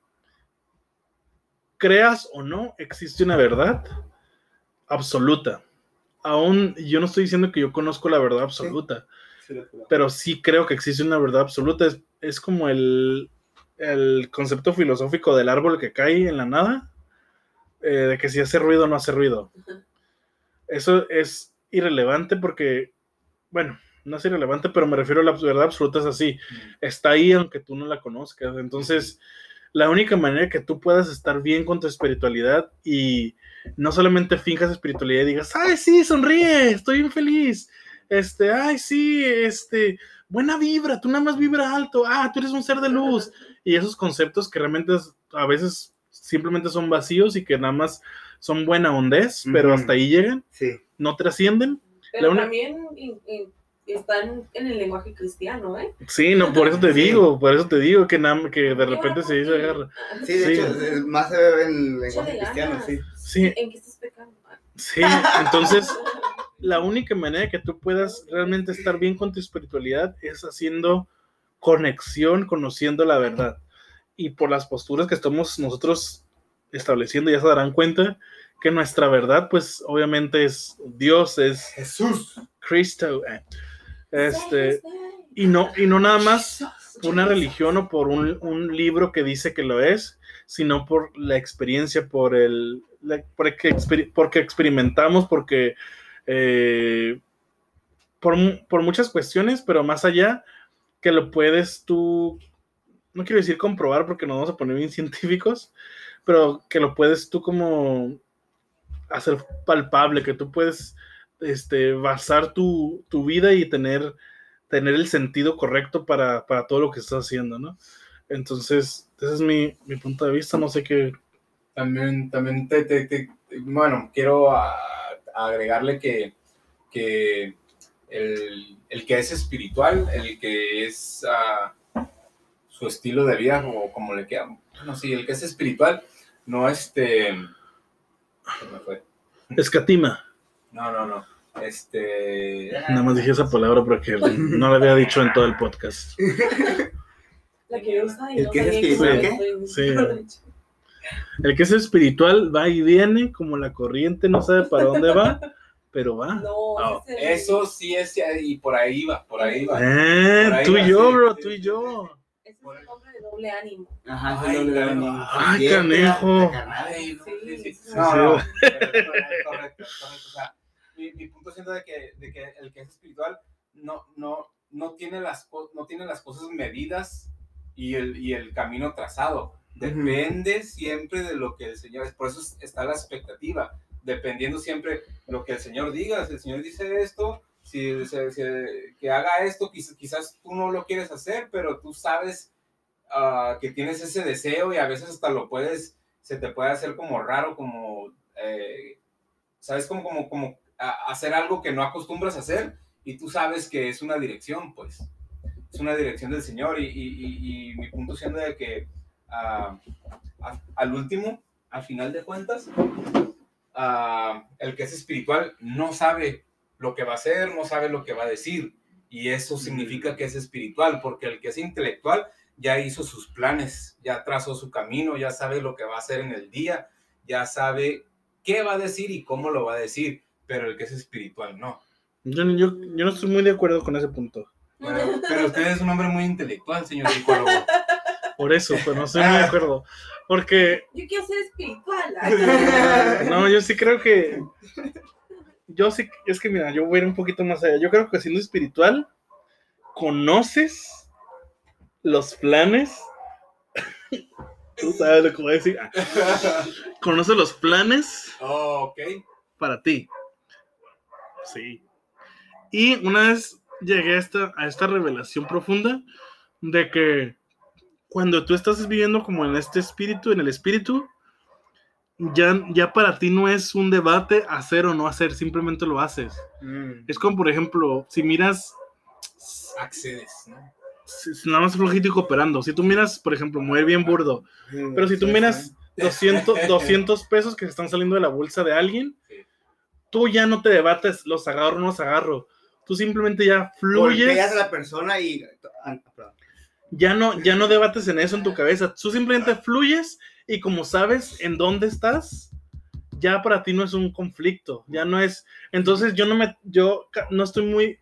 creas o no, existe una verdad absoluta. Aún yo no estoy diciendo que yo conozco la verdad absoluta, Sí, de acuerdo. pero sí creo que existe una verdad absoluta. Es, es como el, el concepto filosófico del árbol que cae en la nada, eh, de que si hace ruido o no hace ruido. Eso es irrelevante porque, bueno, no es irrelevante, pero me refiero a la verdad absoluta, es así. Está ahí aunque tú no la conozcas. Entonces, la única manera que tú puedas estar bien con tu espiritualidad y no solamente finjas espiritualidad y digas, ay, sí, sonríe, estoy bien feliz. Este, ay, sí, este, buena vibra, tú nada más vibra alto, ah, tú eres un ser de luz. Y esos conceptos que realmente es- a veces simplemente son vacíos y que nada más son buena ondez, pero Ujú. hasta ahí llegan, Sí. no trascienden. Pero La uni- también in- in- están en el lenguaje cristiano, ¿eh? Sí, no, por eso te Sí. digo, por eso te digo que, nada, que de repente se dice agarra. Sí, de Sí. hecho, es- es más se ve en el lenguaje Échale cristiano, ganas. sí. Sí, ¿En qué estás pecando? sí, entonces la única manera que tú puedas realmente estar bien con tu espiritualidad es haciendo conexión, conociendo la verdad. Y por las posturas que estamos nosotros estableciendo, ya se darán cuenta que nuestra verdad, pues obviamente es Dios, es Jesús. Cristo. eh, Este, y no, y no nada más por una religión o por un, un libro que dice que lo es, sino por la experiencia, por el, la- porque, exper- porque experimentamos, porque eh, por, mu- por muchas cuestiones, pero más allá, que lo puedes tú, no quiero decir comprobar porque nos vamos a poner bien científicos, pero que lo puedes tú como hacer palpable, que tú puedes este, basar tu, tu vida y tener, tener el sentido correcto para, para todo lo que estás haciendo, ¿no? Entonces, ese es mi, mi punto de vista, no sé qué. También, también te, te- te- bueno, quiero a- agregarle que, que el, el que es espiritual, el que es ah, su estilo de vida, o como le quieran, no, sí, el que es espiritual, no este, ¿qué me fue? Escatima. No, no, no, este, Nada más dije esa palabra porque no la había dicho en todo el podcast. La que usa y ¿El no que es sabía espiritual que qué? Sí. El que es espiritual va y viene como la corriente, no sabe para dónde va, pero va. No, no, ese es el- eso sí es, y por ahí va, por ahí va. Eh, Por ahí tú va, y yo, sí, bro, sí, tú y sí, yo. ese es un hombre de doble ánimo. Ajá, Ay, sí, doble carajo. ánimo. Ay, Siete, canejo. la carnal. Ay, no, Sí, sí, sí. sí. No, no, pero es correcto, correcto. O sea, mi, mi punto siendo de que, de que el que es espiritual no, no, no, tiene las, co- no tiene las cosas medidas y el, y el camino trazado. Depende siempre de lo que el Señor es. Por eso está la expectativa. Dependiendo siempre lo que el Señor diga. Si el Señor dice esto, si, si- si- que haga esto, quizás, quizás tú no lo quieres hacer, pero tú sabes uh, que tienes ese deseo y a veces hasta lo puedes, se te puede hacer como raro, como, eh, ¿sabes? Como, como, como a, hacer algo que no acostumbras a hacer y tú sabes que es una dirección, pues. Es una dirección del Señor y, y, y, y mi punto siendo de que uh, a, al último, al final de cuentas, uh, el que es espiritual no sabe lo que va a hacer, no sabe lo que va a decir. Y eso significa que es espiritual, porque el que es intelectual ya hizo sus planes, ya trazó su camino, ya sabe lo que va a hacer en el día, ya sabe qué va a decir y cómo lo va a decir, pero el que es espiritual no. Yo, yo, yo no estoy muy de acuerdo con ese punto. Pero, pero usted es un hombre muy intelectual, señor psicólogo. Por eso, pues no estoy muy de acuerdo. Porque, Yo quiero ser espiritual. no, yo sí creo que, yo sí, es que mira, yo voy a ir un poquito más allá. Yo creo que siendo espiritual, conoces los planes, tú sabes lo que voy a decir, ah, conoces los planes Oh, ok. para ti. Sí. Y una vez llegué a esta, a esta revelación profunda de que cuando tú estás viviendo como en este espíritu, en el espíritu, ya, ya para ti no es un debate hacer o no hacer, simplemente lo haces. Mm. Es como, por ejemplo, si miras, Accedes, ¿no? si- si nada más flojito y cooperando. Si tú miras, por ejemplo, mover bien burdo, pero si tú miras doscientos, doscientos pesos que se están saliendo de la bolsa de alguien, Sí. tú ya no te debates, los agarro o no los agarro. Tú simplemente ya Golpeas fluyes. a la persona y... ah, perdón. Ya no, ya no debates en eso en tu cabeza. Tú simplemente fluyes y como sabes en dónde estás, ya para ti no es un conflicto. Ya no es. Entonces yo no me, yo ca- no estoy muy,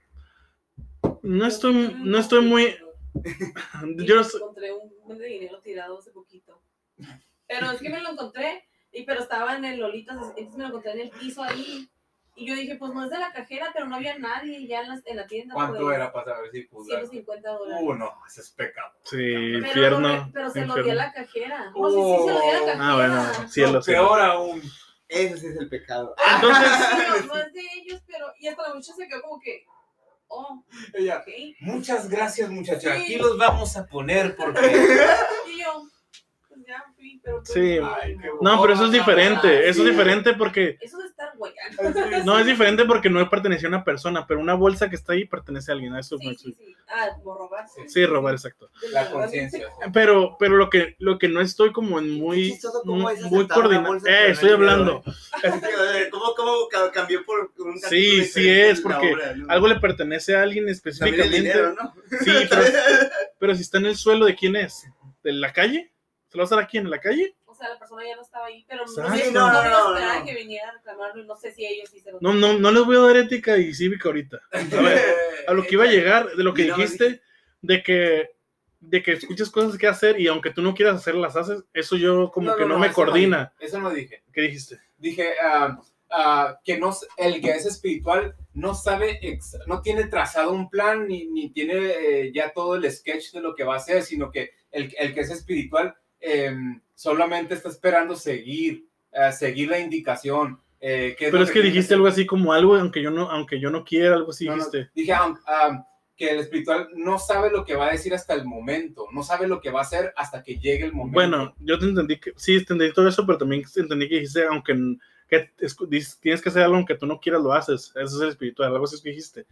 no estoy, no estoy muy. Y Yo me no sé- encontré un buen de dinero tirado hace poquito. Pero es que me lo encontré, y pero estaba en el Lolitas, entonces me lo encontré en el piso ahí. Y yo dije, pues no es de la cajera, pero no había nadie ya en la, en la tienda. ¿Cuánto pues, era para saber si pude? ciento cincuenta dólares. Uh, no, ese es pecado. Sí, pero, infierno. lo re- pero se lo di a infierno. la cajera. No, sí, sí, se lo di a la cajera. Ah, bueno, cielo, No, cielo. peor aún. Ese sí es el pecado. Entonces, No, no es de ellos, pero. Y hasta la muchacha se quedó como que. Oh, Ella, ok. muchas gracias, muchacha. Sí. Aquí los vamos a poner porque. Y yo, pues ya fui, pero. pues, Sí. Ay, qué no, pero eso es diferente. Eso es diferente porque Eso de estar güey. no es diferente porque no pertenece a una persona, pero una bolsa que está ahí pertenece a alguien. A eso me Sí, sí, explico. sí. Ah, como robar. Sí, robar, exacto. La conciencia. Pero, pero lo que, lo que no estoy como en muy, Qué chistoso cómo muy, es muy aceptar una coordinado. bolsa Eh, que estoy no es hablando. ¿Cómo, cómo ca- cambió por un capítulo Sí, sí diferente es, en la porque obra, ¿no? algo le pertenece a alguien También el específicamente. dinero, ¿no? Sí, pero, pero si está en el suelo, ¿de quién es? ¿De la calle? ¿Se lo vas a dar a quién? ¿En la calle? O sea, la persona ya no estaba ahí, pero no, Exacto. sé, Sí, no, no, no, no, iba a no, esperar no. que viniera a reclamarlo y no sé si ellos sí se lo No, no, no les voy a dar ética y cívica ahorita. A ver, a lo que iba a llegar, de lo que Mira, dijiste, de que, de que escuches cosas que hacer y aunque tú no quieras hacer, las haces, eso yo como que no, me eso coordina. dije, Eso no dije. ¿Qué dijiste? Dije ah, ah, que no, el que es espiritual no sabe, ex- no tiene trazado un plan ni, ni tiene eh, ya todo el sketch de lo que va a hacer, sino que el, el que es espiritual eh, solamente está esperando seguir, eh, seguir la indicación. Eh, qué Pero lo es que tiene dijiste hacer. algo así como algo, aunque yo no, aunque yo no quiera, algo así No, no, dijiste. dije ah, ah, que el espiritual no sabe lo que va a decir hasta el momento, no sabe lo que va a hacer hasta que llegue el momento. Bueno, yo te entendí que, sí, entendí todo eso, pero también entendí que dijiste, aunque que es- dices, tienes que hacer algo aunque tú no quieras, lo haces. Eso es el espiritual, algo así que dijiste.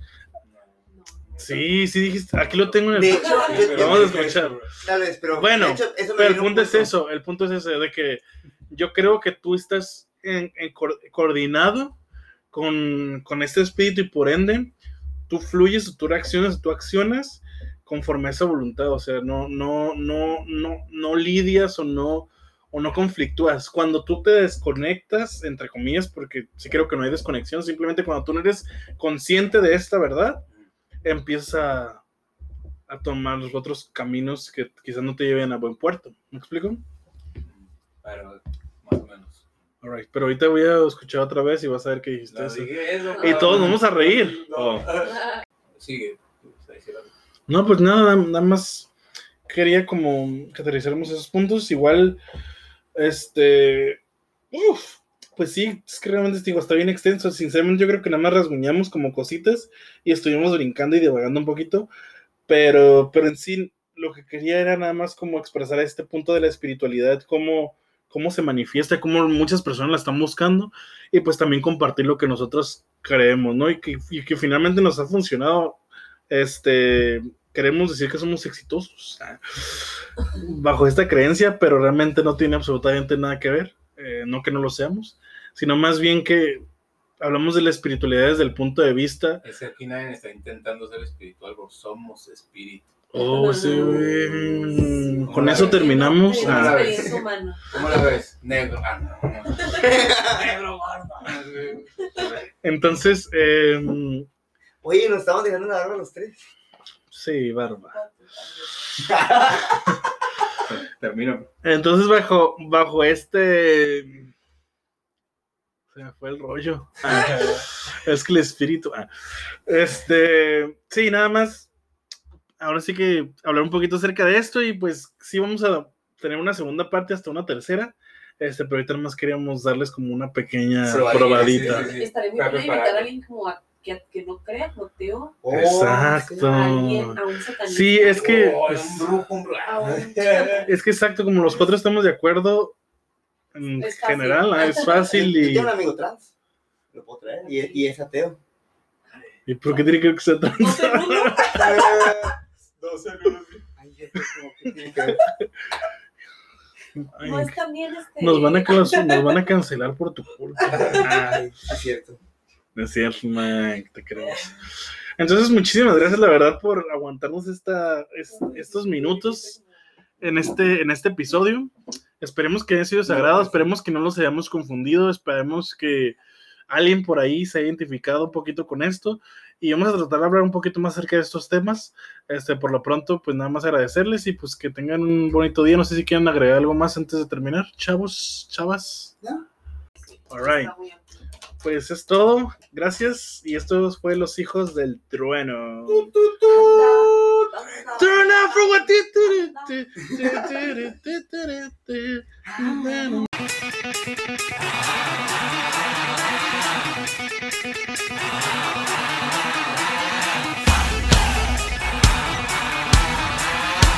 Sí, sí dijiste, aquí lo tengo en el... De hecho, yo- yo- Vamos a escuchar. Tal vez, pero Bueno, de hecho, eso me Pero el viene un punto es eso, el punto es ese, de que yo creo que tú estás en, en co- coordinado con, con este espíritu y por ende tú fluyes, tú reaccionas, tú accionas conforme a esa voluntad, o sea, no, no, no, no, no lidias o no, o no conflictúas. Cuando tú te desconectas, entre comillas, porque sí creo que no hay desconexión, simplemente cuando tú no eres consciente de esta verdad, empiezas a, a tomar los otros caminos que quizás no te lleven a buen puerto. ¿Me explico? Pero más o menos. Alright, pero ahorita voy a escuchar otra vez y vas a ver qué dijiste. No eso. dije eso, Y todos nos vamos a reír. No. Oh. Sigue. Está diciendo algo. No, pues nada, nada más quería como que aterrizáramos esos puntos. Igual, este, uf, pues sí, es que realmente digo, está bien extenso. Sinceramente, yo creo que nada más rasguñamos como cositas y estuvimos brincando y divagando un poquito, pero, pero en sí, lo que quería era nada más como expresar este punto de la espiritualidad, cómo, cómo se manifiesta, cómo muchas personas la están buscando y pues también compartir lo que nosotros creemos, ¿no? Y que, y que finalmente nos ha funcionado. Este, queremos decir que somos exitosos bajo esta creencia, pero realmente no tiene absolutamente nada que ver, eh, no que no lo seamos, sino más bien que hablamos de la espiritualidad desde el punto de vista. Es que aquí nadie está intentando ser espiritual, bro. Somos espíritu. Oh, sí, güey. ¿Cómo Con la eso ves? terminamos. Tenemos Ah. experiencia humana. ¿Cómo la ves? Negro. Ah, no, no. Negro, barba. Entonces, eh, Oye, nos estamos dejando una barba los tres. sí, barba. Termino. Entonces, bajo, bajo este. Se me fue el rollo. Ah, es que el espíritu. Ah. Este. Sí, nada más. Ahora sí que hablar un poquito acerca de esto. Y pues sí, vamos a tener una segunda parte hasta una tercera. Este, pero ahorita más queríamos darles como una pequeña Probadita, probadita. sí, sí, sí. Estaré muy Para bien invitar preparar. a alguien como a, que, que no crea, Mateo. Oh, Exacto. A alguien, a un satanista. Sí, es que. Oh, pues, un brujo, un brujo. A un es que exacto, como los cuatro estamos de acuerdo. En Es fácil. general, ah, es fácil. Yo Y, tengo un amigo trans. Lo puedo traer. Y, y es ateo. ¿y por qué tiene que ser trans? No sé, no, no. No sé, no sé. Ay, yo creo como que tiene que ver. Ay, No es también este. nos, van a, claus- nos van a cancelar por tu culpa. Ay, sí es cierto. No es cierto, Mike, te queremos. Entonces, muchísimas gracias, la verdad, por aguantarnos esta, es- estos minutos en este, en este episodio. Esperemos que haya sido sagrado, esperemos que no los hayamos confundido, esperemos que alguien por ahí se haya identificado un poquito con esto y vamos a tratar de hablar un poquito más acerca de estos temas. Este, por lo pronto, pues nada más agradecerles y pues que tengan un bonito día. No sé si quieren agregar algo más antes de terminar, chavos, chavas. ¿No? All right. Pues es todo, gracias. Y esto fue Los Hijos del Trueno. Turn out for what you do, do, do, do, do, do, do, do.